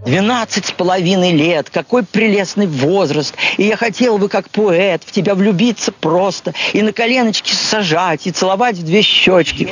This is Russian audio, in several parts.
12,5 лет, какой прелестный возраст. И я хотел бы, как поэт, в тебя влюбиться просто, и на коленочки сажать, и целовать в 2 щечки.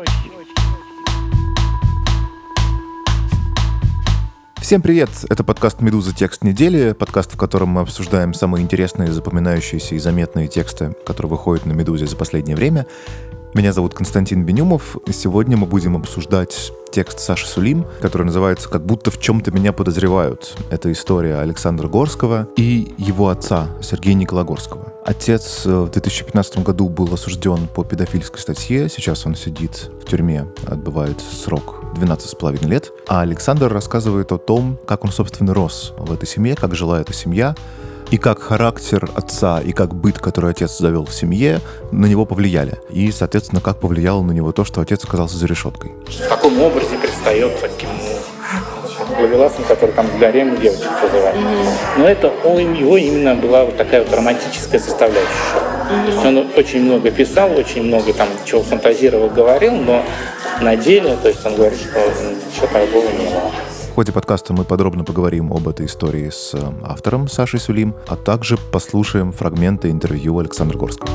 Всем привет! Это подкаст «Медуза. Текст недели», подкаст, в котором мы обсуждаем самые интересные, запоминающиеся и заметные тексты, которые выходят на «Медузе» за последнее время. Меня зовут Константин Бенюмов, и сегодня мы будем обсуждать текст Саши Сулим, который называется «Как будто в чем-то меня подозревают». Это история Александра Горского и его отца Сергея Никологорского. Отец в 2015 году был осужден по педофильской статье, сейчас он сидит в тюрьме, отбывает срок 12,5 лет, а Александр рассказывает о том, как он, собственно, рос в этой семье, как жила эта семья, и как характер отца и как быт, который отец завел в семье, на него повлияли. И, соответственно, как повлияло на него то, что отец оказался за решеткой. В каком образе предстает таким главеласом, который там в гарем девочек называют. Но это у него именно была вот такая вот романтическая составляющая. То есть он очень много писал, очень много там чего фантазировал, говорил, но на деле, то есть он говорит, что ничего такого не было. В ходе подкаста мы подробно поговорим об этой истории с автором Сашей Сулим, а также послушаем фрагменты интервью Александра Горского.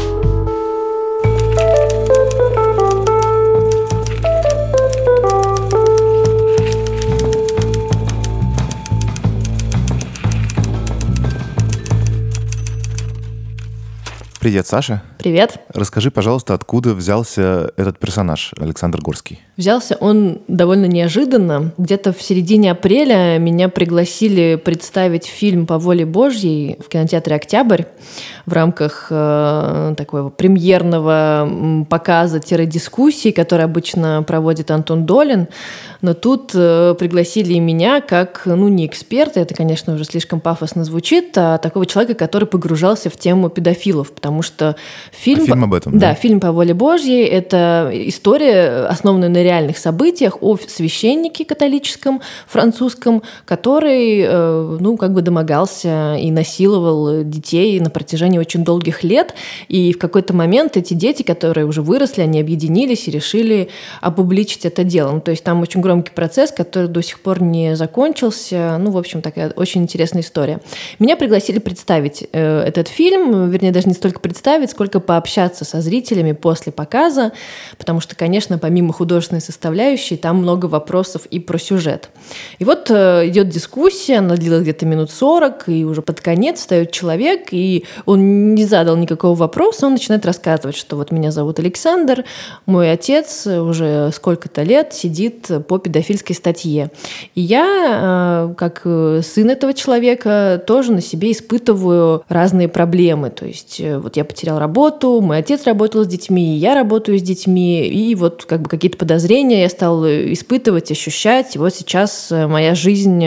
Привет, Саша. Привет. Расскажи, пожалуйста, откуда взялся этот персонаж, Александр Горский? Взялся он довольно неожиданно. Где-то в середине апреля меня пригласили представить фильм «По воле Божьей» в кинотеатре «Октябрь» в рамках такого премьерного показа-дискуссии, который обычно проводит Антон Долин. Но тут пригласили и меня как, не эксперта, это, конечно, уже слишком пафосно звучит, а такого человека, который погружался в тему педофилов, потому что фильм об этом, да, фильм «По воле Божьей» — это история, основанная на реальных событиях о священнике католическом, французском, который, домогался и насиловал детей на протяжении очень долгих лет. И в какой-то момент эти дети, которые уже выросли, они объединились и решили опубличить это дело. То есть там очень громкий процесс, который до сих пор не закончился. В общем, такая очень интересная история. Меня пригласили представить этот фильм, вернее, даже не столько представить, сколько пообщаться со зрителями после показа, потому что, конечно, помимо художественной составляющей, там много вопросов и про сюжет. И вот идет дискуссия, она длилась где-то минут 40, и уже под конец встает человек, и он не задал никакого вопроса, он начинает рассказывать, что вот меня зовут Александр, мой отец уже сколько-то лет сидит по педофильской статье. И я, как сын этого человека, тоже на себе испытываю разные проблемы. То есть вот я потерял работу, мой отец работал с детьми, и я работаю с детьми, и вот какие-то подозрения я стал испытывать, ощущать. И вот сейчас моя жизнь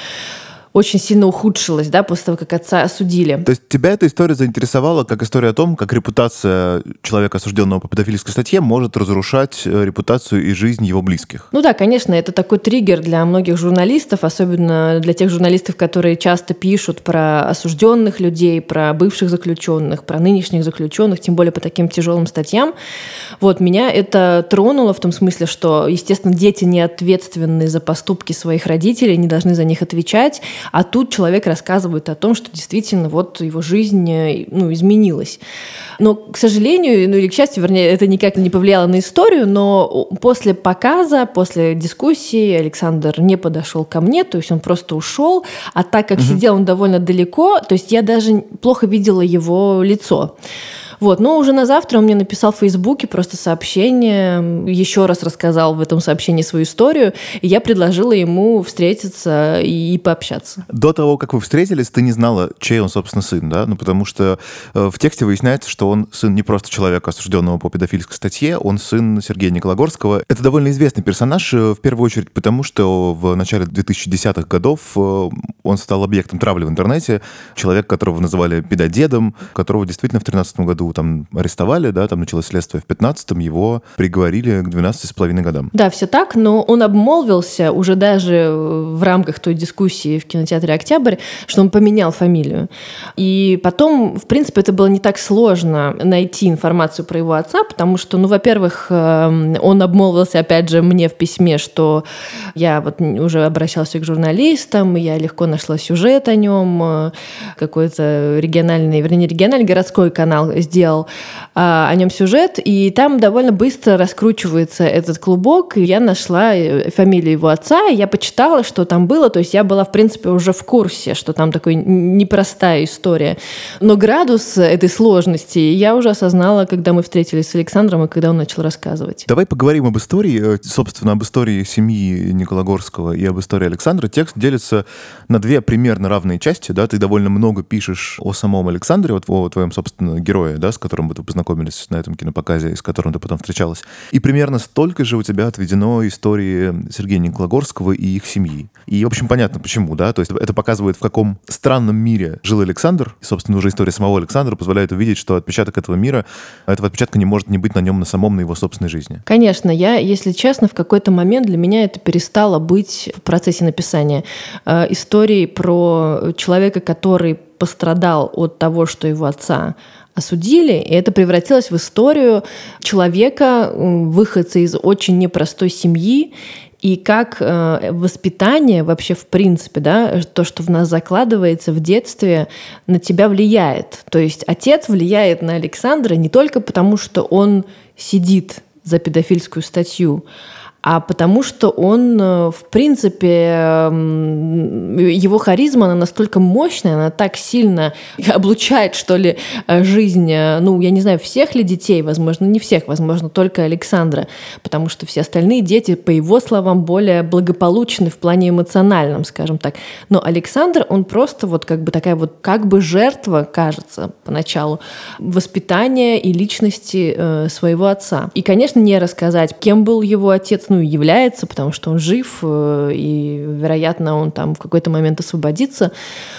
очень сильно ухудшилась, после того, как отца осудили. То есть тебя эта история заинтересовала как история о том, как репутация человека, осужденного по педофильской статье, может разрушать репутацию и жизнь его близких? Да, конечно, это такой триггер для многих журналистов, особенно для тех журналистов, которые часто пишут про осужденных людей, про бывших заключенных, про нынешних заключенных, тем более по таким тяжелым статьям. Вот, меня это тронуло в том смысле, что, естественно, дети не ответственны за поступки своих родителей, не должны за них отвечать. А тут человек рассказывает о том, что действительно вот его жизнь изменилась. Но, к сожалению, или к счастью, вернее, это никак не повлияло на историю, но после показа, после дискуссии Александр не подошел ко мне, то есть он просто ушел, а так как сидел он довольно далеко, то есть я даже плохо видела его лицо. Вот. Но уже на завтра он мне написал в Фейсбуке просто сообщение, еще раз рассказал в этом сообщении свою историю, и я предложила ему встретиться и пообщаться. До того, как вы встретились, ты не знала, чей он, собственно, сын, да? Потому что в тексте выясняется, что он сын не просто человека, осужденного по педофильской статье, он сын Сергея Никологорского. Это довольно известный персонаж, в первую очередь потому, что в начале 2010-х годов он стал объектом травли в интернете. Человек, которого называли педодедом, которого действительно в 2013 году году там арестовали, да, там началось следствие в 15-м, его приговорили к 12,5 годам. Да, все так, но он обмолвился уже даже в рамках той дискуссии в кинотеатре «Октябрь», что он поменял фамилию. И потом, в принципе, это было не так сложно найти информацию про его отца, потому что, ну, во-первых, он обмолвился, опять же, мне в письме, что я вот уже обращался к журналистам, я легко нашла сюжет о нем, какой-то региональный, вернее, не региональный, городской канал сделал о нем сюжет, и там довольно быстро раскручивается этот клубок, и я нашла фамилию его отца, и я почитала, что там было, то есть я была, в принципе, уже в курсе, что там такой непростая история. Но градус этой сложности я уже осознала, когда мы встретились с Александром и когда он начал рассказывать. Давай поговорим об истории, собственно, об истории семьи Николагорского и об истории Александра. Текст делится на две примерно равные части, да, ты довольно много пишешь о самом Александре, вот о твоем, собственно, герое, да, с которым вы познакомились на этом кинопоказе, и с которым ты потом встречалась. И примерно столько же у тебя отведено истории Сергея Николагорского и их семьи. И, в общем, понятно почему, да, то есть это показывает, в каком странном мире жил Александр, и, собственно, уже история самого Александра позволяет увидеть, что отпечаток этого мира, этого отпечатка не может не быть на нем, на самом, на его собственной жизни. Конечно, я, если честно, в какой-то момент для меня это перестало быть в процессе написания историей про человека, который пострадал от того, что его отца осудили, и это превратилось в историю человека, выходца из очень непростой семьи, и как воспитание вообще в принципе, да, то, что в нас закладывается в детстве, на тебя влияет. То есть отец влияет на Александра не только потому, что он сидит за педофильскую статью, а потому что он, в принципе, его харизма, она настолько мощная, она так сильно облучает, что ли, жизнь, ну, я не знаю, всех ли детей, возможно, не всех, возможно, только Александра, потому что все остальные дети, по его словам, более благополучны в плане эмоциональном, скажем так. Но Александр, он просто вот как бы такая вот как бы жертва, кажется, поначалу, воспитания и личности своего отца. И, конечно, не рассказать, кем был его отец, ну, является, потому что он жив, и, вероятно, он там в какой-то момент освободится.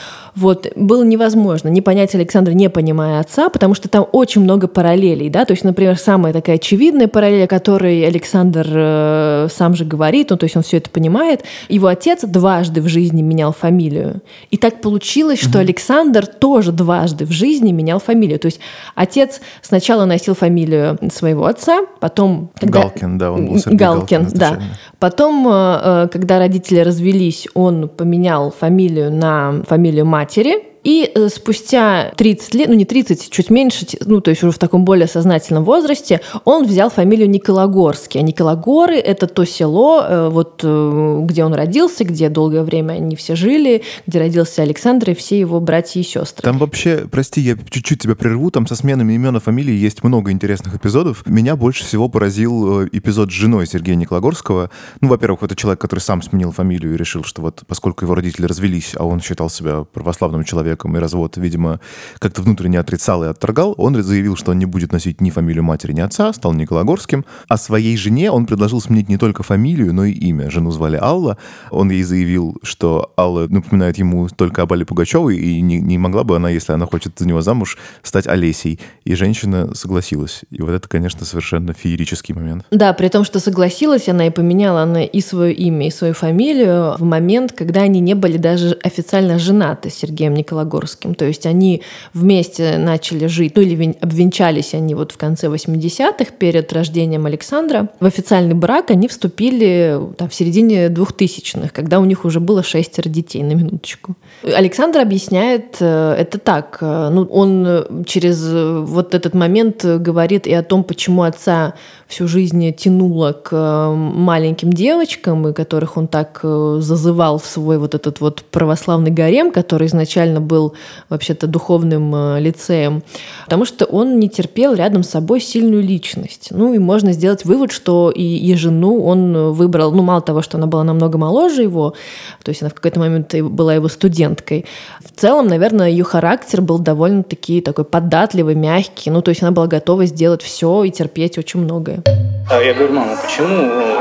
Вот, было невозможно не понять Александра, не понимая отца, потому что там очень много параллелей, да, то есть, например, самая такая очевидная параллель, о которой Александр сам же говорит, ну, то есть он все это понимает, его отец дважды в жизни менял фамилию, и так получилось, что Александр тоже дважды в жизни менял фамилию, то есть отец сначала носил фамилию своего отца, потом... Галкин, да, он был Сергей Галкин, да. Потом, когда родители развелись, он поменял фамилию на фамилию матери, и спустя 30 лет, ну не 30, чуть меньше, ну то есть уже в таком более сознательном возрасте, он взял фамилию Николагорский. А Николагоры — это то село, вот где он родился, где долгое время они все жили, где родился Александр и все его братья и сестры. Там вообще, прости, я чуть-чуть тебя прерву, там со сменами имен и фамилий есть много интересных эпизодов. Меня больше всего поразил эпизод с женой Сергея Николагорского. Ну, во-первых, это человек, который сам сменил фамилию и решил, что вот поскольку его родители развелись, а он считал себя православным человеком, и развод, видимо, как-то внутренне отрицал и отторгал, он заявил, что он не будет носить ни фамилию матери, ни отца, стал Николагорским. А своей жене он предложил сменить не только фамилию, но и имя. Жену звали Алла. Он ей заявил, что Алла напоминает ему только об Алле Пугачевой, и не могла бы она, если она хочет за него замуж, стать Олесей. И женщина согласилась. И вот это, конечно, совершенно феерический момент. Да, при том, что согласилась она и поменяла она и свое имя, и свою фамилию в момент, когда они не были даже официально женаты с Сергеем Николагорским. То есть они вместе начали жить, ну или обвенчались они вот в конце 80-х, перед рождением Александра. В официальный брак они вступили там, в середине 2000-х, когда у них уже было 6 детей, на минуточку. Александр объясняет это так. Ну, он через вот этот момент говорит и о том, почему отца всю жизнь тянуло к маленьким девочкам, и которых он так зазывал в свой вот этот вот православный гарем, который изначально был вообще-то духовным лицеем, потому что он не терпел рядом с собой сильную личность. Ну и можно сделать вывод, что и жену он выбрал, ну мало того, что она была намного моложе его, то есть она в какой-то момент была его студенткой. В целом, наверное, ее характер был довольно-таки такой податливый, мягкий, ну то есть она была готова сделать все и терпеть очень многое. Я говорю, мама, почему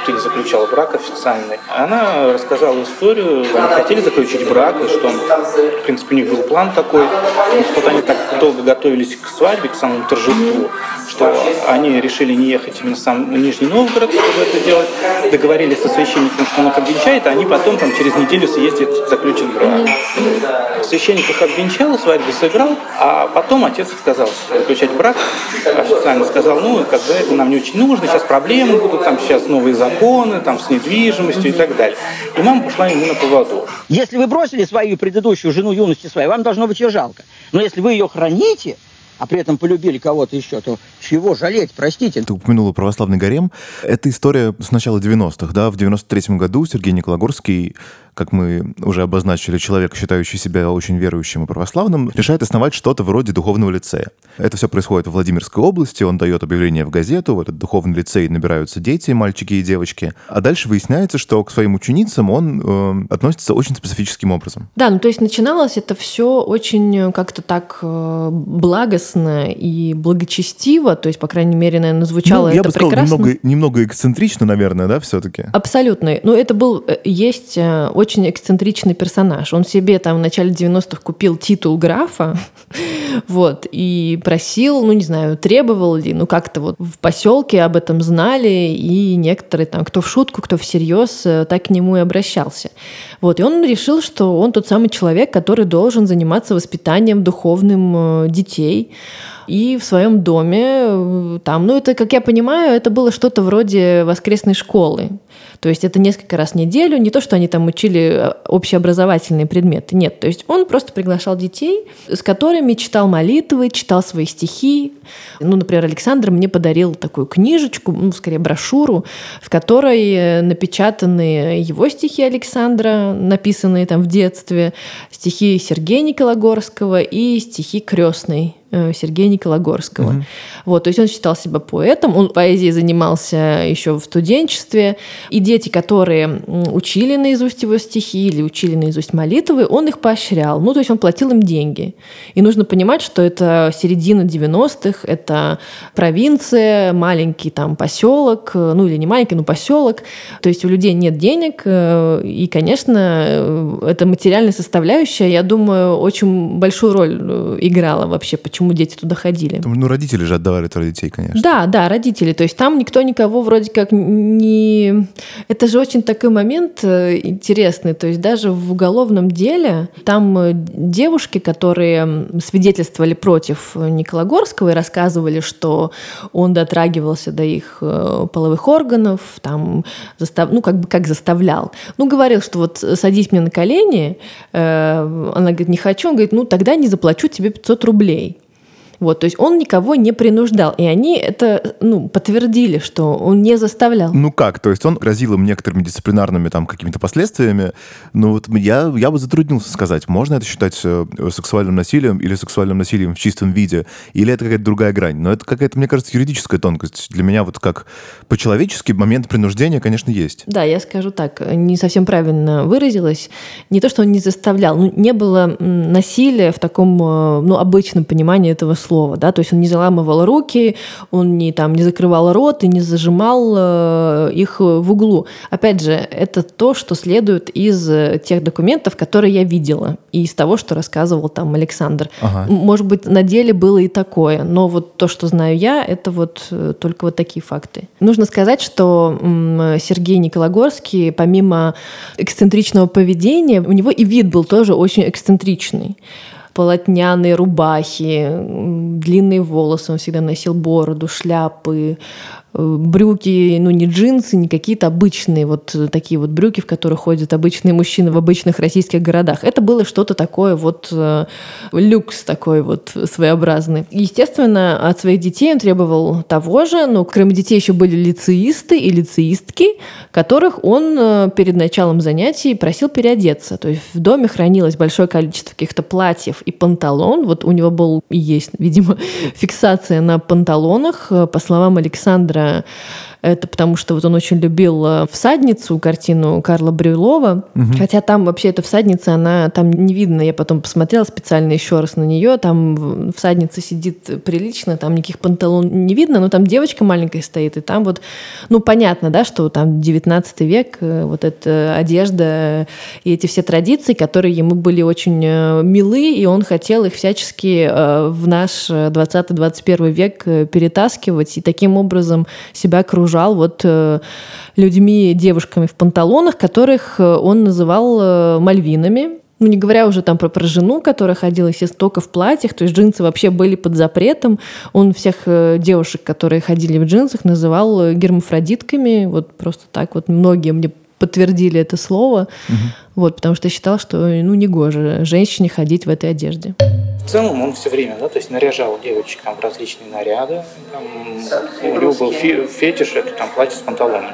или заключал брак официальный. Она рассказала историю, они хотели заключить брак, и что, в принципе, у них был план такой. Вот они так долго готовились к свадьбе, к самому торжеству, что они решили не ехать именно в Нижний Новгород, чтобы это делать. Договорились со священником, что он их обвенчает, а они потом там, через неделю съездят, заключат брак. Священник их обвенчал, свадьбу сыграл, а потом отец отказался заключать брак. Официально сказал, это нам не очень нужно, сейчас проблемы будут, там сейчас новые законы, там с недвижимостью и так далее. И мама пошла ему на поводу. Если вы бросили свою предыдущую жену юности своей, вам должно быть ее жалко. Но если вы ее храните, а при этом полюбили кого-то еще, то чего жалеть, простите. Ты упомянула православный гарем. Это история с начала 90-х, да? В 93-м году Сергей Никологорский, как мы уже обозначили, человек, считающий себя очень верующим и православным, решает основать что-то вроде духовного лицея. Это все происходит в Владимирской области, он дает объявление в газету, в этот духовный лицей набираются дети, мальчики и девочки. А дальше выясняется, что к своим ученицам он относится очень специфическим образом. Да, то есть начиналось это все очень как-то так благостно и благочестиво, то есть, по крайней мере, наверное, звучало это прекрасно. Я бы сказал, немного эксцентрично, наверное, да, все-таки? Абсолютно. Это есть очень эксцентричный персонаж. Он себе там в начале 90-х купил титул графа, вот, и просил, требовал ли, как-то вот в поселке об этом знали, и некоторые там, кто в шутку, кто всерьез, так к нему и обращался. Вот, и он решил, что он тот самый человек, который должен заниматься воспитанием духовным детей. И в своем доме там, это, как я понимаю, это было что-то вроде воскресной школы. То есть это несколько раз в неделю, не то, что они там учили общеобразовательные предметы, нет. То есть он просто приглашал детей, с которыми читал молитвы, читал свои стихи. Например, Александр мне подарил такую книжечку, скорее брошюру, в которой напечатаны его стихи Александра, написанные там в детстве, стихи Сергея Никологорского и стихи крестной Сергея Никологорского. Вот, то есть он считал себя поэтом, он поэзией занимался еще в студенчестве, и дети, которые учили наизусть его стихи или учили наизусть молитвы, он их поощрял, то есть он платил им деньги. И нужно понимать, что это середина 90-х, это провинция, маленький там поселок, или не маленький, но поселок, то есть у людей нет денег, и, конечно, эта материальная составляющая, я думаю, очень большую роль играла вообще, почему дети туда ходили. Родители же отдавали туда детей, конечно. Да, родители. То есть там никто никого вроде как не... Это же очень такой момент интересный. То есть даже в уголовном деле там девушки, которые свидетельствовали против Никологорского и рассказывали, что он дотрагивался до их половых органов, там, как заставлял. Говорил, что вот садись мне на колени. Она говорит, не хочу. Он говорит, тогда не заплачу тебе 500 рублей. Вот, то есть он никого не принуждал. И они это подтвердили, что он не заставлял. То есть он грозил им некоторыми дисциплинарными какими-то последствиями. Я бы затруднился сказать, можно это считать сексуальным насилием или сексуальным насилием в чистом виде, или это какая-то другая грань. Но это какая-то, мне кажется, юридическая тонкость. Для меня как по-человечески момент принуждения, конечно, есть. Да, я скажу так, не совсем правильно выразилась. Не то, что он не заставлял, не было насилия в таком обычном понимании этого слова, да, то есть он не заламывал руки, он не закрывал рот и не зажимал их в углу. Опять же, это то, что следует из тех документов, которые я видела, и из того, что рассказывал там Александр. Ага. Может быть, на деле было и такое, но вот то, что знаю я, это только такие факты. Нужно сказать, что Сергей Никологорский, помимо эксцентричного поведения, у него и вид был тоже очень эксцентричный. Полотняные рубахи, длинные волосы, он всегда носил бороду, шляпы, брюки, не джинсы, не какие-то обычные такие брюки, в которых ходят обычные мужчины в обычных российских городах. Это было что-то такое люкс такой своеобразный. Естественно, от своих детей он требовал того же, но кроме детей еще были лицеисты и лицеистки, которых он перед началом занятий просил переодеться. То есть в доме хранилось большое количество каких-то платьев и панталон. У него был и есть, видимо, фиксация на панталонах. По словам Александра, Это потому что вот он очень любил «Всадницу», картину Карла Брюлова. Хотя там вообще эта «Всадница», она там не видно. Я потом посмотрела специально еще раз на нее. Там всадница сидит прилично, там никаких панталон не видно, но там девочка маленькая стоит. И там вот, ну, понятно, да, что там 19 век, вот эта одежда и эти все традиции, которые ему были очень милы, и он хотел их всячески в наш 20-21 век перетаскивать, и таким образом себя окружал вот людьми, девушками в панталонах, которых он называл мальвинами. Ну, не говоря уже там про жену, которая ходила, естественно, только в платьях, то есть джинсы вообще были под запретом. Он всех девушек, которые ходили в джинсах, называл гермафродитками. Вот просто так вот многие мне подтвердили это слово, вот, потому что считал, что, ну, негоже женщине ходить в этой одежде. В целом он все время, да, то есть наряжал девочек там в различные наряды. Там, у него был фетиш, это там платье с панталонами.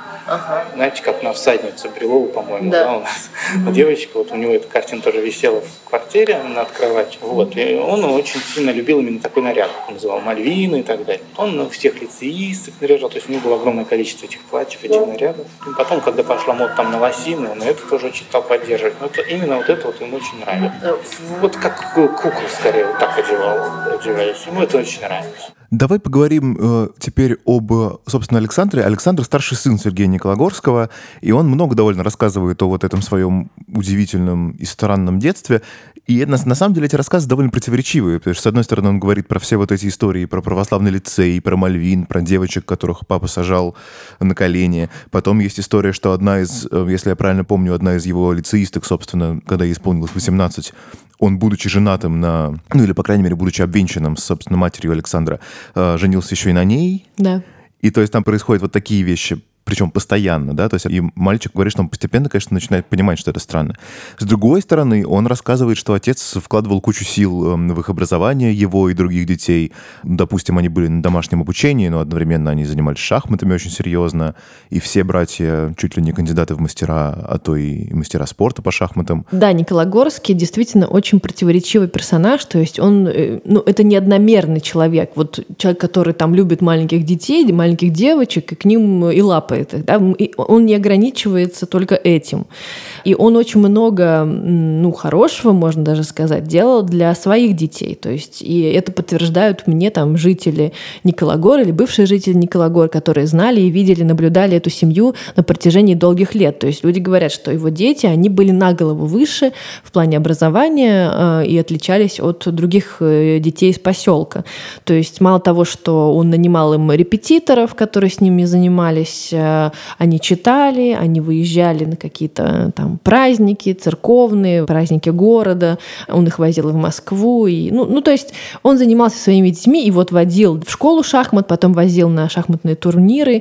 Знаете, как на «Всаднице» Брюлова, по-моему, да, у нас. Девочка, вот у него эта картина тоже висела в квартире над кроватью. Вот, и он очень сильно любил именно такой наряд. Он называл «Мальвины» и так далее. Он всех лицеисток наряжал, то есть у него было огромное количество этих платьев, этих нарядов. И потом, когда пошла мода там на лосины, он это тоже очень стал поддерживать. Но это, именно вот это вот ему очень нравилось. Вот как куклу, скорее, вот так одевались. Ему это очень нравилось. Давай поговорим теперь об, собственно, Александре. Александр — старший сын Сергея Никологорского, и он много довольно рассказывает о вот этом своем удивительном и странном детстве. И на самом деле эти рассказы довольно противоречивые, потому что, с одной стороны, он говорит про все вот эти истории, про православный лицей, про Мальвин, про девочек, которых папа сажал на колени. Потом есть история, что одна из, если я правильно помню, одна из его лицеисток, собственно, когда ей исполнилось 18, он, будучи женатым на, ну или, по крайней мере, будучи обвенчанным с, собственно, матерью Александра, женился еще и на ней. Да. И то есть там происходят вот такие вещи, причем постоянно, да, то есть и мальчик говорит, что он постепенно, конечно, начинает понимать, что это странно. С другой стороны, он рассказывает, что отец вкладывал кучу сил в их образование, его и других детей. Допустим, они были на домашнем обучении, но одновременно они занимались шахматами очень серьезно, и все братья чуть ли не кандидаты в мастера, а то и мастера спорта по шахматам. Да, Никологорский действительно очень противоречивый персонаж, то есть он, ну, это не одномерный человек, вот человек, который там любит маленьких детей, маленьких девочек, и к ним и лапает. Да? Он не ограничивается только этим. И он очень много, ну, хорошего, можно даже сказать, делал для своих детей. То есть, и это подтверждают мне там жители Никологора или бывшие жители Никологора, которые знали и видели, наблюдали эту семью на протяжении долгих лет. То есть люди говорят, что его дети, они были на голову выше в плане образования и отличались от других детей из поселка. То есть мало того, что он нанимал им репетиторов, которые с ними занимались, они читали, они выезжали на какие-то там праздники церковные, праздники города, он их возил в Москву. И, ну, то есть он занимался своими детьми и вот водил в школу шахмат, потом возил на шахматные турниры.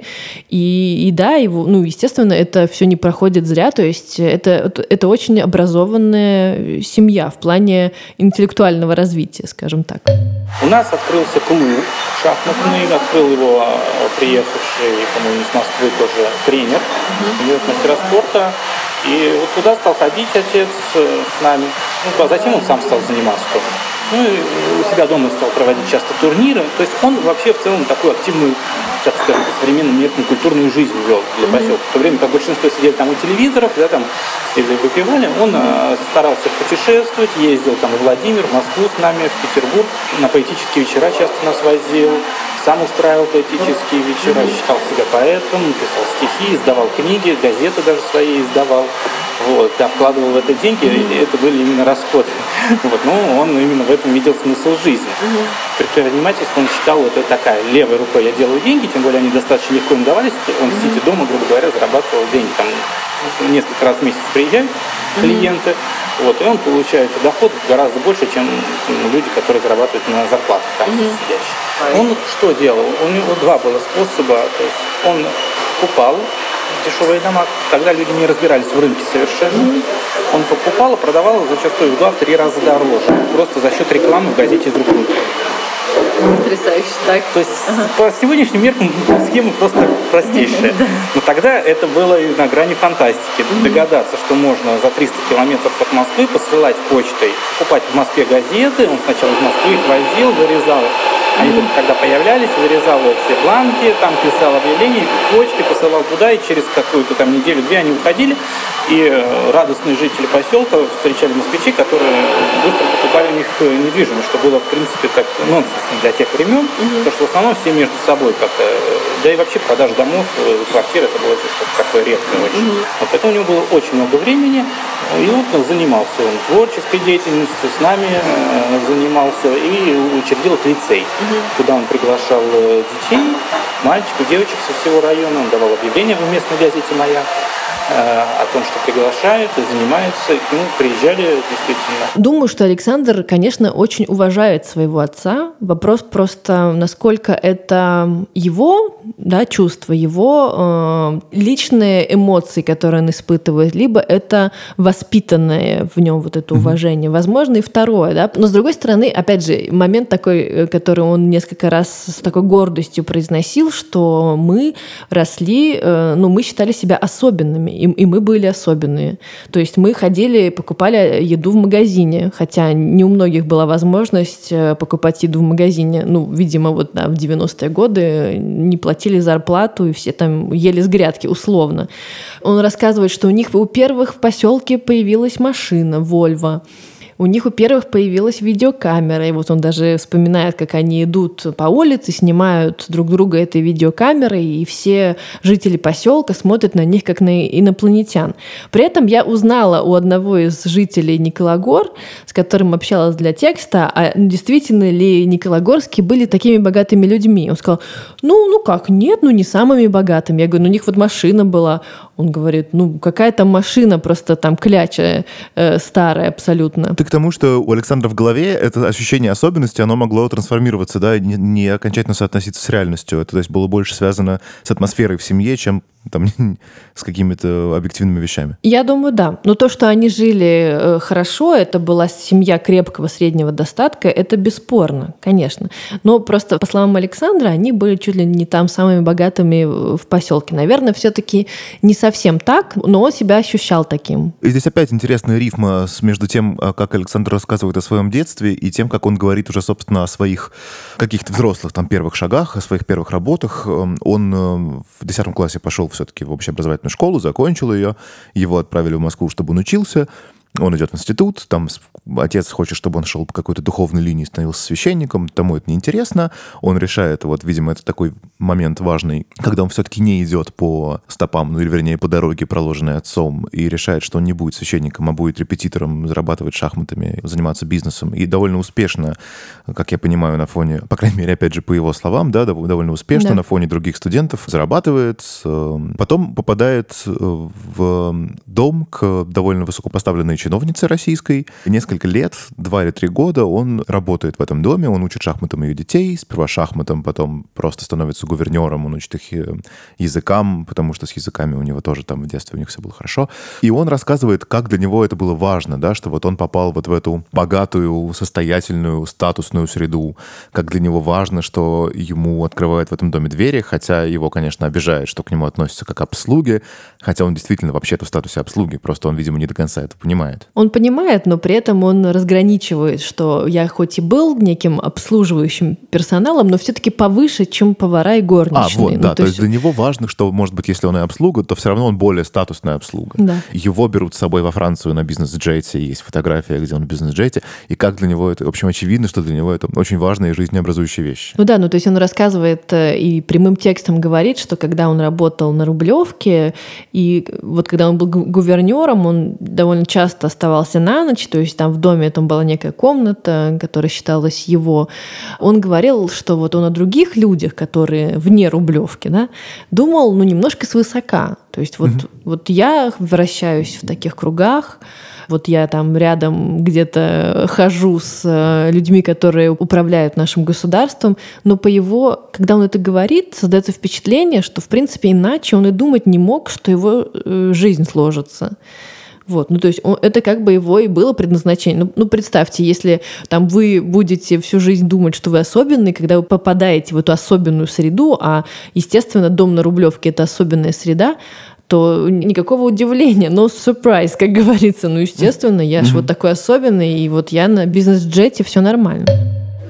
И да, его, ну, естественно, это все не проходит зря, то есть это очень образованная семья в плане интеллектуального развития, скажем так. У нас открылся клуб шахматный, открыл его приехавший, по-моему, из Москвы тоже тренер, мастера спорта. И вот туда стал ходить отец с нами. Ну, а затем он сам стал заниматься тоже. Ну, и у себя дома стал проводить часто турниры. То есть он вообще в целом такую активную, так скажем, по современным меркам культурную жизнь вел для поселка. В то время как большинство сидели там у телевизоров, да, там, или выпивали, он старался путешествовать, ездил там в Владимир, в Москву с нами, в Петербург. На поэтические вечера часто нас возил. Сам устраивал поэтические вечера, считал себя поэтом, писал стихи, издавал книги, газеты даже свои издавал. Вот, да, вкладывал в это деньги, и это были именно расходы. Вот, но он именно в этом видел смысл жизни. Предпринимательство он считал, вот это такая, левой рукой я делаю деньги, тем более они достаточно легко им давались. Он сидя дома, грубо говоря, зарабатывал деньги. Там несколько раз в месяц приезжают клиенты, вот, и он получает доход гораздо больше, чем люди, которые зарабатывают на зарплатах там сидящие. Он что делал? У него два было способа. То есть он покупал дешевые дома, когда люди не разбирались в рынке совершенно. Он покупал и продавал зачастую в 2-3 раза дороже. Просто за счет рекламы в газете из рук в руки. Потрясающе, так. То есть по сегодняшним меркам схема просто простейшая. Но тогда это было и на грани фантастики. Догадаться, что можно за 300 километров от Москвы посылать почтой, покупать в Москве газеты. Он сначала из Москвы их возил, вырезал Они только когда появлялись, вырезал все бланки, там писал объявления, почты посылал туда, и через какую-то там неделю-две они уходили, и радостные жители поселка встречали москвичей, которые быстро покупали у них недвижимость, что было, в принципе, так нонсенсом для тех времен, потому что в основном все между собой как-то, да и вообще продажа домов, квартир, это было что-то такое редкое очень. Вот поэтому у него было очень много времени, и вот занимался он творческой деятельностью, с нами занимался и учредил лицей, куда он приглашал детей, мальчиков, девочек со всего района, он давал объявления в местной газете «Маяк» о том, что приглашают и занимаются, и к нему приезжали действительно. Думаю, что Александр, конечно, очень уважает своего отца. Вопрос просто, насколько это его, да, чувства, его личные эмоции, которые он испытывает, либо это воспитанное в нем вот это уважение. Возможно, и второе, да. Но, с другой стороны, опять же, момент такой, который он несколько раз с такой гордостью произносил, что мы росли, мы считали себя особенными, и мы были особенные. То есть мы ходили, покупали еду в магазине, хотя не у многих была возможность покупать еду в магазине. Видимо, в 90-е годы не платили зарплату, и все там ели с грядки, условно. Он рассказывает, что у первых в поселке появилась машина Volvo. У них у первых появилась видеокамера, и вот он даже вспоминает, как они идут по улице, снимают друг друга этой видеокамерой, и все жители поселка смотрят на них, как на инопланетян. При этом я узнала у одного из жителей Никологор, с которым общалась для текста, а действительно ли никологорские были такими богатыми людьми. Он сказал, как, нет, не самыми богатыми. Я говорю, у них вот машина была. Он говорит, какая там машина, просто там кляча старая абсолютно. Ты к тому, что у Александра в голове это ощущение особенности, оно могло трансформироваться, да, не окончательно соотноситься с реальностью. Это, то есть, было больше связано с атмосферой в семье, чем там, с какими-то объективными вещами. Я думаю, да. Но то, что они жили хорошо, это была семья крепкого среднего достатка, это бесспорно, конечно. Но просто, по словам Александра, они были чуть ли не там самыми богатыми в поселке. Наверное, все-таки не совсем так, но он себя ощущал таким. И здесь опять интересная рифма между тем, как Александр рассказывает о своем детстве, и тем, как он говорит уже, собственно, о своих каких-то взрослых там первых шагах, о своих первых работах. Он в 10 классе пошел все-таки в общеобразовательную школу, закончил ее, его отправили в Москву, чтобы он учился. Он идет в институт, там отец хочет, чтобы он шел по какой-то духовной линии, становился священником, тому это неинтересно. Он решает, видимо, это такой момент важный, когда он все-таки не идет по стопам, или, вернее, по дороге, проложенной отцом, и решает, что он не будет священником, а будет репетитором, зарабатывать шахматами, заниматься бизнесом. И довольно успешно, как я понимаю, на фоне, по крайней мере, опять же, по его словам, да, довольно успешно на фоне других студентов зарабатывает, потом попадает в дом к довольно высокопоставленной чиновницы российской. Несколько лет, 2 или 3 года он работает в этом доме, он учит шахматам ее детей, сперва шахматам, потом просто становится гувернером, он учит их языкам, потому что с языками у него тоже там в детстве у них все было хорошо. И он рассказывает, как для него это было важно, да, что он попал в эту богатую, состоятельную, статусную среду, как для него важно, что ему открывают в этом доме двери, хотя его, конечно, обижает, что к нему относятся как к обслуге, хотя он действительно вообще-то в статусе обслуги, просто он, видимо, не до конца это понимает. Он понимает, но при этом он разграничивает, что я хоть и был неким обслуживающим персоналом, но все-таки повыше, чем повара и горничные. То есть для него важно, что, может быть, если он и обслуга, то все равно он более статусная обслуга. Да. Его берут с собой во Францию на бизнес-джете, есть фотография, где он в бизнес-джете, и как для него это, в общем, очевидно, что для него это очень важная и жизнеобразующая вещь. То есть он рассказывает и прямым текстом говорит, что когда он работал на Рублевке, и вот когда он был гувернером, он довольно часто оставался на ночь, то есть там в доме там была некая комната, которая считалась его. Он говорил, что он о других людях, которые вне Рублевки, да, думал, немножко свысока. То есть вот я вращаюсь в таких кругах, я там рядом где-то хожу с людьми, которые управляют нашим государством, но когда он это говорит, создается впечатление, что, в принципе, иначе он и думать не мог, что его жизнь сложится. То есть это как бы его и было предназначение. Представьте, если там вы будете всю жизнь думать, что вы особенный, когда вы попадаете в эту особенную среду, а, естественно, дом на Рублевке — это особенная среда, то никакого удивления, no surprise, как говорится. Естественно, я ж такой особенный, и я на бизнес-джете, все нормально.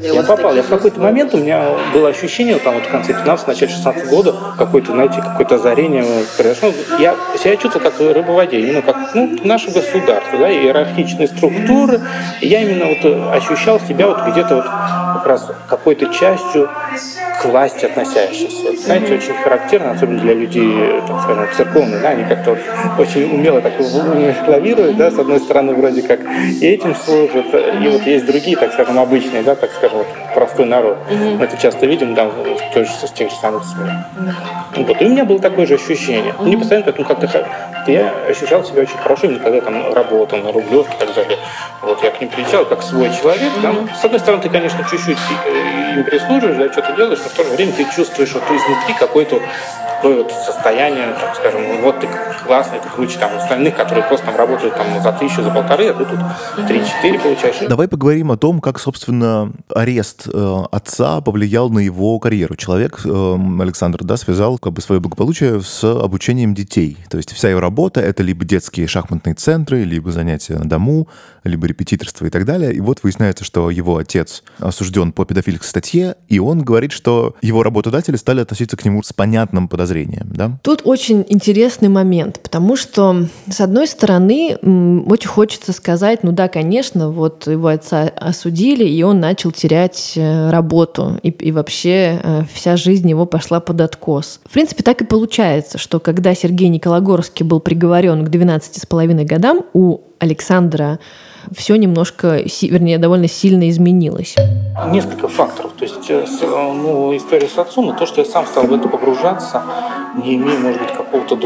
Я попал. Я в какой-то момент, у меня было ощущение, там вот в конце 15, начале 16 года, какое-то озарение произошло. Я себя чувствовал как рыба в воде, именно как наше государство, да, иерархичные структуры. И я именно вот ощущал себя вот где-то вот как раз какой-то частью к власти относящейся. Знаете, очень характерно, особенно для людей, так скажем, церковных, да, они как-то вот очень умело так клавируют, да, с одной стороны, вроде как и этим служат, и вот есть другие, так скажем, обычные, да, так скажем, вот, простой народ. Мы это часто видим, да, в тех же самых СМИ. Вот, и у меня было такое же ощущение. Не постоянно, поэтому как-то я ощущал себя очень хорошо, именно когда там работал на Рублевке и так далее. Вот я к ним прилетел как свой человек. Там, с одной стороны, ты, конечно, чуть-чуть им прислуживаешь, да, что-то делаешь, но в то же время ты чувствуешь вот изнутри какое-то такое вот состояние, так скажем, вот ты классный, ты круче там остальных, которые просто там работают там за 1000, за 1500, а ты тут 3-4 получаешь. Давай поговорим о том, как, собственно, арест отца повлиял на его карьеру. Человек, Александр, да, связал как бы свое благополучие с обучением детей. То есть вся его работа — это либо детские шахматные центры, либо занятия на дому, либо репетиторство и так далее. И вот выясняется, что его отец осужден по педофильской статье, и он говорит, что его работодатели стали относиться к нему с понятным подозрением. Да? Тут очень интересный момент, потому что, с одной стороны, очень хочется сказать, ну да, конечно, вот его отца осудили, и он начал терять работу, и вообще вся жизнь его пошла под откос. В принципе, так и получается, что когда Сергей Никологорский был приговорен к 12,5 годам, у Александра все немножко, вернее, довольно сильно изменилось. Несколько факторов. То есть, история с отцом, и то, что я сам стал в это погружаться, не имея, может быть, какого-то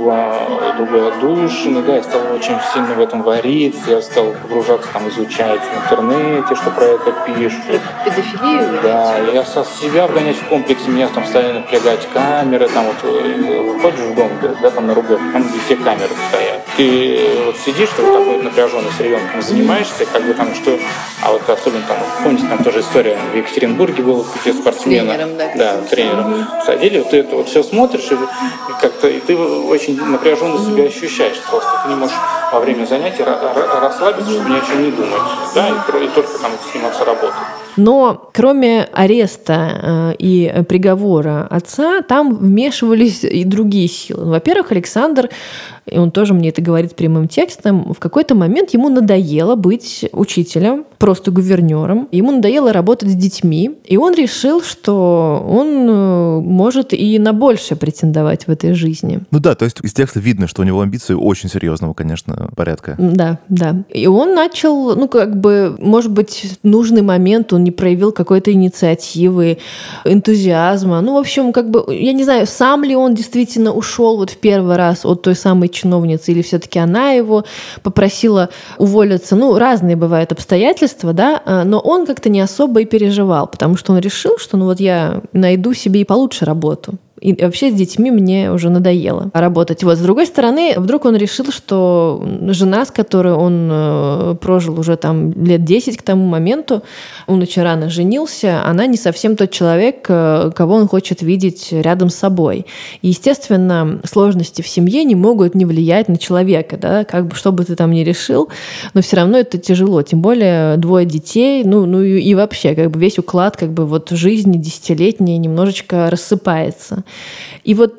другой отдушины, да, я стал очень сильно в этом вариться, я стал погружаться, там, изучать в интернете, что про это пишут. Педофилию? Да, я со себя вгонять в комплексе, меня там стали напрягать камеры, там вот, ходишь в дом, да, там на Рублевке, там все камеры стоят. Ты вот сидишь, ты вот такой напряженный с ребенком занимаешься, как бы там что, а вот особенно там, помните, там тоже история в Екатеринбурге была, где спортсмена, тренером садили, вот ты это вот все смотришь, и как-то и ты очень напряженно себя ощущаешь, просто ты не можешь во время занятий расслабиться, чтобы ни о чем не думать, да, и только там заниматься работой. Но кроме ареста и приговора отца, там вмешивались и другие силы. Во-первых, Александр, и он тоже мне это говорит прямым текстом, в какой-то момент ему надоело быть учителем, просто гувернером. Ему надоело работать с детьми, и он решил, что он может и на большее претендовать в этой жизни. Ну да, то есть из текста видно, что у него амбиции очень серьезного, конечно, порядка. Да. И он начал, может быть, в нужный момент он не проявил какой-то инициативы, энтузиазма. В общем, я не знаю, сам ли он действительно ушел вот в первый раз от той самой чиновницы, или все-таки она его попросила уволиться. Разные бывают обстоятельства, да, но он как-то не особо и переживал, потому что он решил, что я найду себе и получше работу. И вообще с детьми мне уже надоело работать. Вот. С другой стороны, вдруг он решил, что жена, с которой он прожил уже там лет 10 к тому моменту, он очень рано женился, она не совсем тот человек, кого он хочет видеть рядом с собой. И, естественно, сложности в семье не могут не влиять на человека, да, что бы ты там ни решил, но все равно это тяжело. Тем более 2 детей, и вообще весь уклад жизни десятилетней немножечко рассыпается. И вот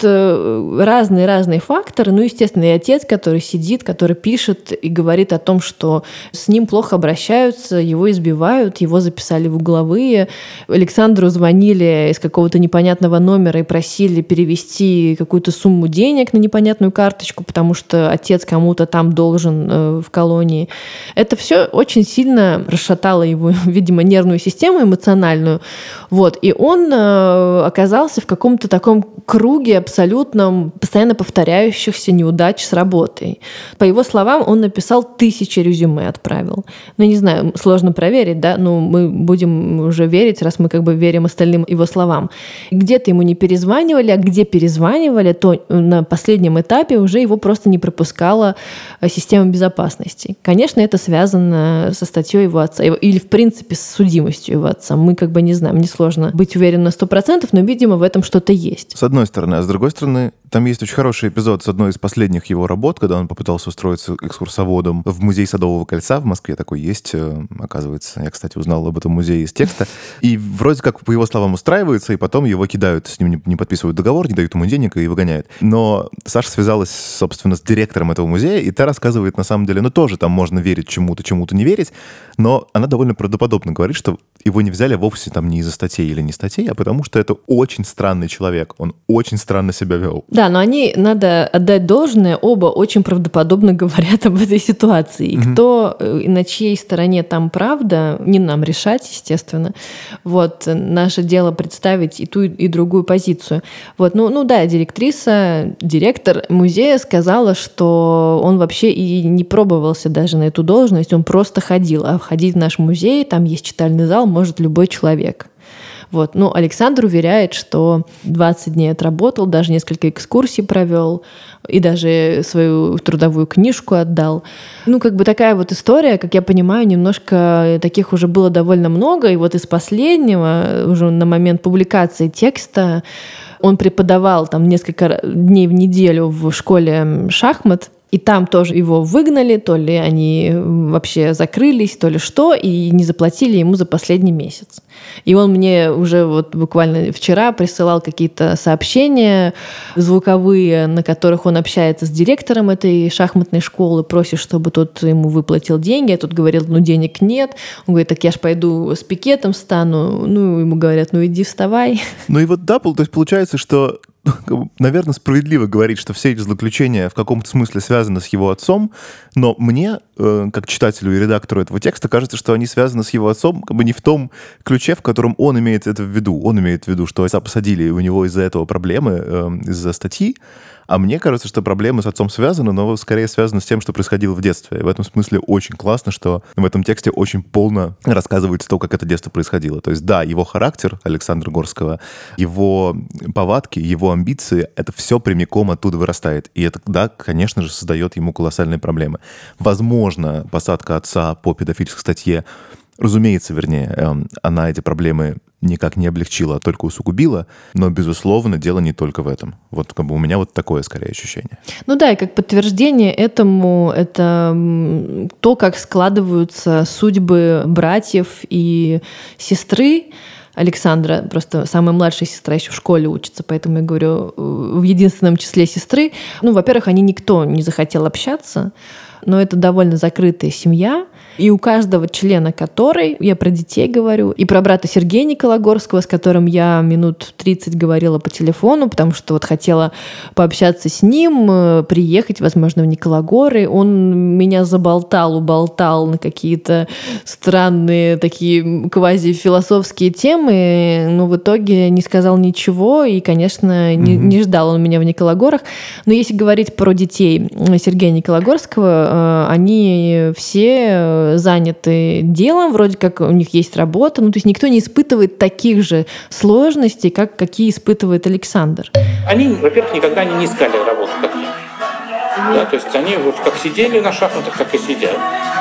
разные факторы, естественно, и отец, который сидит, который пишет и говорит о том, что с ним плохо обращаются, его избивают, его записали в угловые. Александру звонили из какого-то непонятного номера и просили перевести какую-то сумму денег на непонятную карточку, потому что отец кому-то там должен в колонии. Это все очень сильно расшатало его, видимо, нервную систему эмоциональную. Вот. И он оказался в каком-то таком круге абсолютном, постоянно повторяющихся неудач с работой. По его словам, он написал 1000 резюме, отправил. Не знаю, сложно проверить, да, но мы будем уже верить, раз мы верим остальным его словам. Где-то ему не перезванивали, а где перезванивали, то на последнем этапе уже его просто не пропускала система безопасности. Конечно, это связано со статьей его отца, или, в принципе, с судимостью его отца. Мы не знаем, мне сложно быть уверенным на 100%, но, видимо, в этом что-то есть. С одной стороны. А с другой стороны, Там есть очень хороший эпизод с одной из последних его работ, когда он попытался устроиться экскурсоводом в музей Садового кольца в Москве. Такой есть, оказывается. Я, кстати, узнал об этом музее из текста. И вроде как, по его словам, устраивается, и потом его кидают, с ним не подписывают договор, не дают ему денег и выгоняют. Но Саша связалась, собственно, с директором этого музея, и та рассказывает, на самом деле, тоже там можно верить чему-то, чему-то не верить, но она довольно правдоподобно говорит, что его не взяли вовсе там не из-за статей или не статей, а потому что это очень странный человек. Он очень странно себя вел. Да, но они, надо отдать должное, оба очень правдоподобно говорят об этой ситуации. И кто и на чьей стороне там правда, не нам решать, естественно. Вот, наше дело представить и ту, и другую позицию. Вот, да, директор музея сказала, что он вообще и не пробовался даже на эту должность, он просто ходил. А входить в наш музей, там есть читальный зал, может любой человек. Вот. Александр уверяет, что 20 дней отработал, даже несколько экскурсий провел и даже свою трудовую книжку отдал. Такая вот история, как я понимаю, немножко таких уже было довольно много. И вот из последнего, уже на момент публикации текста, он преподавал там несколько дней в неделю в школе шахмат. И там тоже его выгнали, то ли они вообще закрылись, то ли что, и не заплатили ему за последний месяц. И он мне уже вот буквально вчера присылал какие-то сообщения звуковые, на которых он общается с директором этой шахматной школы, просит, чтобы тот ему выплатил деньги. А тот говорил, денег нет. Он говорит, так я ж пойду с пикетом стану. Ему говорят, иди вставай. И вот да, то есть получается, что наверное, справедливо говорить, что все эти злоключения в каком-то смысле связаны с его отцом, но мне, как читателю и редактору этого текста, кажется, что они связаны с его отцом не в том ключе, в котором он имеет это в виду. Он имеет в виду, что отца посадили, и у него из-за этого проблемы, из-за статьи. А мне кажется, что проблемы с отцом связаны, но скорее связаны с тем, что происходило в детстве. И в этом смысле очень классно, что в этом тексте очень полно рассказывается то, как это детство происходило. То есть, да, его характер Александра Горского, его повадки, его амбиции, это все прямиком оттуда вырастает. И это, да, конечно же, создает ему колоссальные проблемы. Возможно, посадка отца по педофильской статье, разумеется, она эти проблемы никак не облегчила, а только усугубила, но, безусловно, дело не только в этом. Вот у меня вот такое, скорее, ощущение. И как подтверждение этому, это то, как складываются судьбы братьев и сестры Александра, просто самая младшая сестра еще в школе учится, поэтому я говорю в единственном числе сестры. Во-первых, они никто не захотел общаться, но это довольно закрытая семья, и у каждого члена которой, я про детей говорю, и про брата Сергея Никологорского, с которым я минут 30 говорила по телефону, потому что вот хотела пообщаться с ним, приехать, возможно, в Никологоры. Он меня уболтал на какие-то странные такие квазифилософские темы, но в итоге не сказал ничего, и, конечно, не ждал он меня в Никологорах. Но если говорить про детей Сергея Никологорского, они все заняты делом, вроде как у них есть работа, то есть никто не испытывает таких же сложностей, какие испытывает Александр. Они, во-первых, никогда не искали работу, как я. Да, то есть они вот как сидели на шахматах, так и сидят.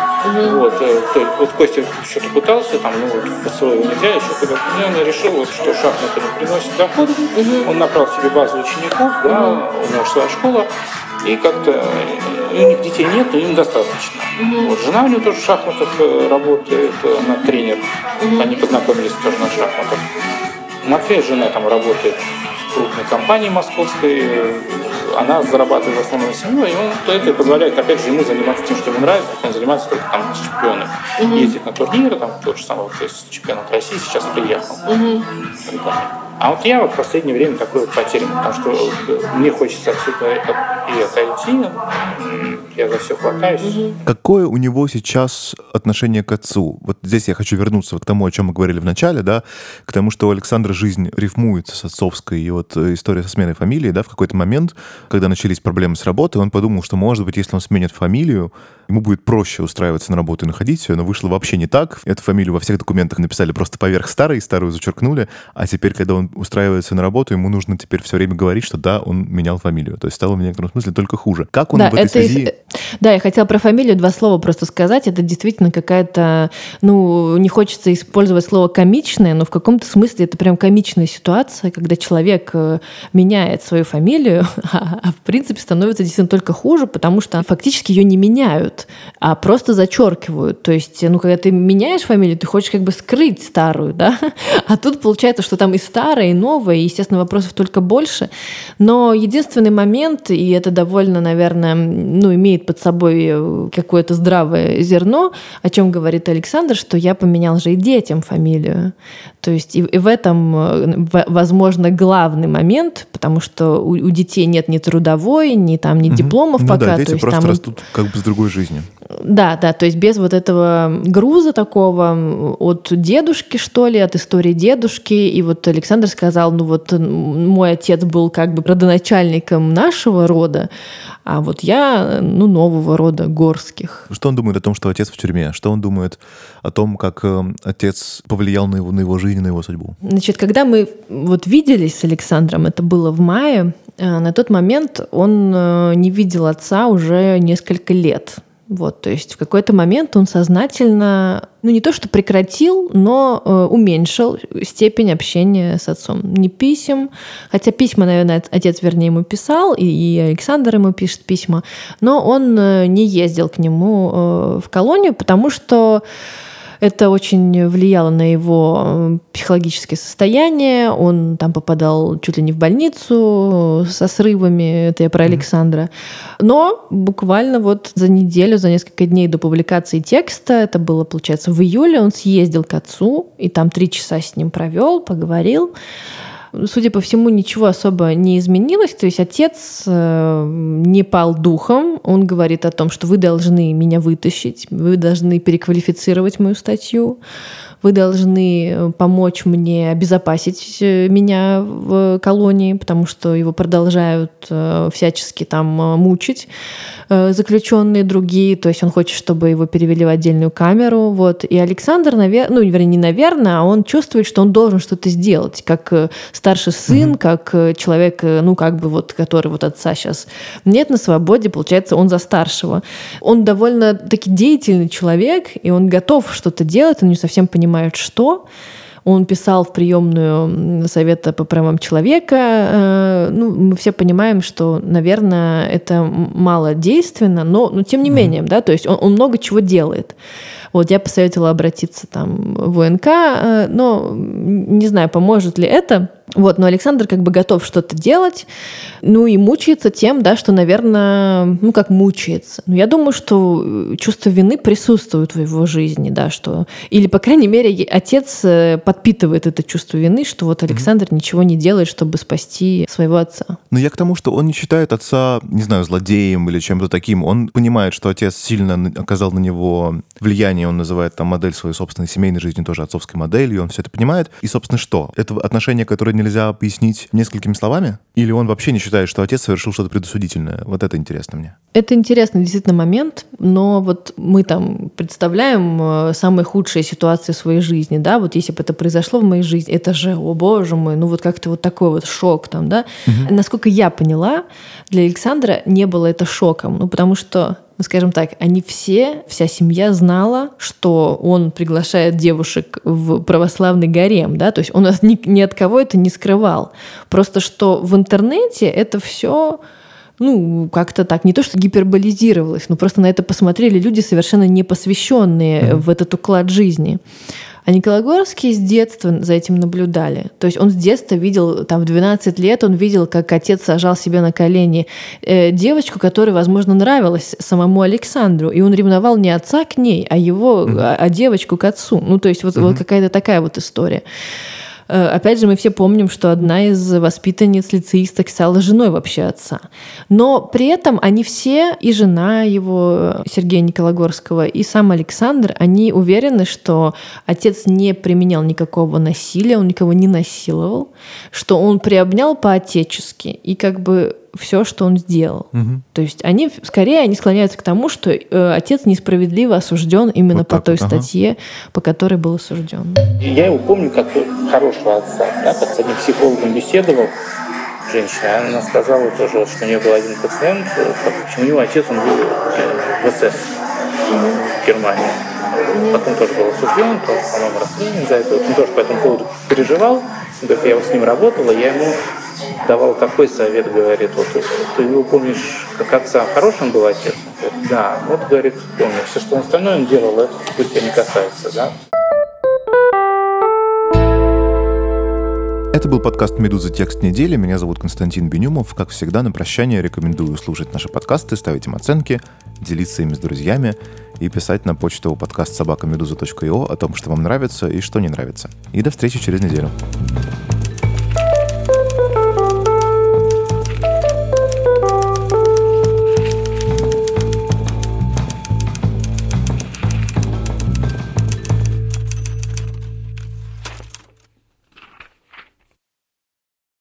Вот Костя что-то пытался, в ФСО нельзя, еще куда-то. Он решил, что шахматы не приносят дохода. Он набрал себе базу учеников, да, у него своя школа, и как-то у них детей нет, и им достаточно. Жена у него тоже в шахматах работает, она тренер. Они познакомились тоже на шахматах. Матвей, жена там работает в крупной компании московской, она зарабатывает за основную семью, и это позволяет, опять же, ему заниматься тем, что ему нравится, он занимается только там с чемпионами. Ездит на турниры, тот же самый, то есть чемпионат России сейчас приехал. А вот я в последнее время такой потерян, потому что мне хочется отсюда и отойти, я за все хватаюсь. Какое у него сейчас отношение к отцу? Вот здесь я хочу вернуться к тому, о чем мы говорили в начале, да, к тому, что у Александра жизнь рифмуется с отцовской, и вот история со сменой фамилии, да, в какой-то момент, когда начались проблемы с работой, он подумал, что, может быть, если он сменит фамилию, ему будет проще устраиваться на работу и находить ее, но вышло вообще не так. Эту фамилию во всех документах написали просто поверх старой, старую зачеркнули, а теперь, когда он устраивается на работу, ему нужно теперь все время говорить, что да, он менял фамилию. То есть стало в некотором смысле только хуже. Как он в этой связи Да, я хотела про фамилию 2 слова просто сказать. Это действительно какая-то, не хочется использовать слово комичное, но в каком-то смысле это прям комичная ситуация, когда человек меняет свою фамилию, а в принципе становится действительно только хуже, потому что фактически ее не меняют, а просто зачеркивают. То есть, когда ты меняешь фамилию, ты хочешь как бы скрыть старую, да? А тут получается, что там и старое, и новое, и, естественно, вопросов только больше. Но единственный момент, и это довольно, наверное, имеет под собой какое-то здравое зерно, о чем говорит Александр, что я поменял же и детям фамилию. То есть и в этом, возможно, главный момент, потому что у детей нет ни трудовой, ни дипломов пока. Да, дети то есть просто там растут как бы с другой жизнью. Да, то есть без вот этого груза такого от дедушки, что ли, от истории дедушки. И вот Александр сказал, мой отец был как бы родоначальником нашего рода, а вот я, нового рода горских. Что он думает о том, что отец в тюрьме? Что он думает о том, как отец повлиял на его жизнь, на его судьбу? Значит, когда мы виделись с Александром, это было в мае, на тот момент он не видел отца уже несколько лет. То есть в какой-то момент он сознательно, не то что прекратил, но уменьшил степень общения с отцом. Не писем, хотя письма, наверное, отец, ему писал, и Александр ему пишет письма, но он не ездил к нему в колонию, потому что это очень влияло на его психологическое состояние. Он там попадал чуть ли не в больницу со срывами. Это я про Александра. Но буквально за неделю, за несколько дней до публикации текста, это было, получается, в июле, он съездил к отцу и там 3 часа с ним провел, поговорил. Судя по всему, ничего особо не изменилось. То есть отец не пал духом. Он говорит о том, что вы должны меня вытащить, вы должны переквалифицировать мою статью, вы должны помочь мне обезопасить меня в колонии, потому что его продолжают всячески там мучить заключенные другие. То есть он хочет, чтобы его перевели в отдельную камеру. И Александр, а он чувствует, что он должен что-то сделать, как старший сын, как человек, который отца сейчас нет на свободе, получается, он за старшего. Он довольно-таки деятельный человек, и он готов что-то делать, он не совсем понимает, что. Он писал в приемную Совета по правам человека. Мы все понимаем, что, наверное, это мало действенно, но тем не менее, да, то есть он много чего делает. Я посоветовала обратиться в УНК, но не знаю, поможет ли это. Но Александр как бы готов что-то делать, и мучается тем, да, что, наверное, как мучается. Я думаю, что чувство вины присутствует в его жизни, да, что... Или, по крайней мере, отец подпитывает это чувство вины, что Александр ничего не делает, чтобы спасти своего отца. Но я к тому, что он не считает отца, не знаю, злодеем или чем-то таким. Он понимает, что отец сильно оказал на него влияние, он называет модель своей собственной семейной жизни тоже отцовской моделью, он все это понимает. И, собственно, что? Это отношение, которое нельзя пояснить несколькими словами? Или он вообще не считает, что отец совершил что-то предосудительное? Это интересно мне. Это интересный действительно момент, но мы там представляем самые худшие ситуации в своей жизни, да, если бы это произошло в моей жизни, это же, о боже мой, как-то такой шок там, да. Насколько я поняла, для Александра не было это шоком, потому что, скажем так, вся семья знала, что он приглашает девушек в православный гарем, да, то есть он ни от кого это не скрывал. Просто что в интернете это все как-то так, не то что гиперболизировалось, но просто на это посмотрели люди, совершенно не посвященные в этот уклад жизни. А Николай Горский с детства за этим наблюдали. То есть он с детства видел, в 12 лет он видел, как отец сажал себе на колени девочку, которая, возможно, нравилась самому Александру. И он ревновал не отца к ней, а девочку к отцу. То есть какая-то такая история. Опять же, мы все помним, что одна из воспитанниц лицеисток стала женой вообще отца. Но при этом они все, и жена его, Сергея Никологорского, и сам Александр, они уверены, что отец не применял никакого насилия, он никого не насиловал, что он приобнял по-отечески и все, что он сделал. То есть они склоняются к тому, что отец несправедливо осужден именно по той статье, по которой был осужден. Я его помню как хорошего отца, да, как с одним психологом беседовал. женщина, она сказала тоже, вот, что у нее был один пациент, у него отец, он был в СС в Германии. Потом тоже был осужден, тоже, по-моему, расстрелян за это. Он тоже по этому поводу переживал. Говорит, я вот с ним работала, я ему давал такой совет, говорит, вот ты его помнишь как отца, хороший он был отец? Он говорит, да, вот, говорит, помню, все, что остальное он делал, это пусть тебя не касается, да. Это был подкаст «Медуза. Текст недели». Меня зовут Константин Бенюмов. Как всегда, на прощание рекомендую слушать наши подкасты, ставить им оценки, делиться ими с друзьями и писать на почту подкаст@meduza.io о том, что вам нравится и что не нравится. И до встречи через неделю.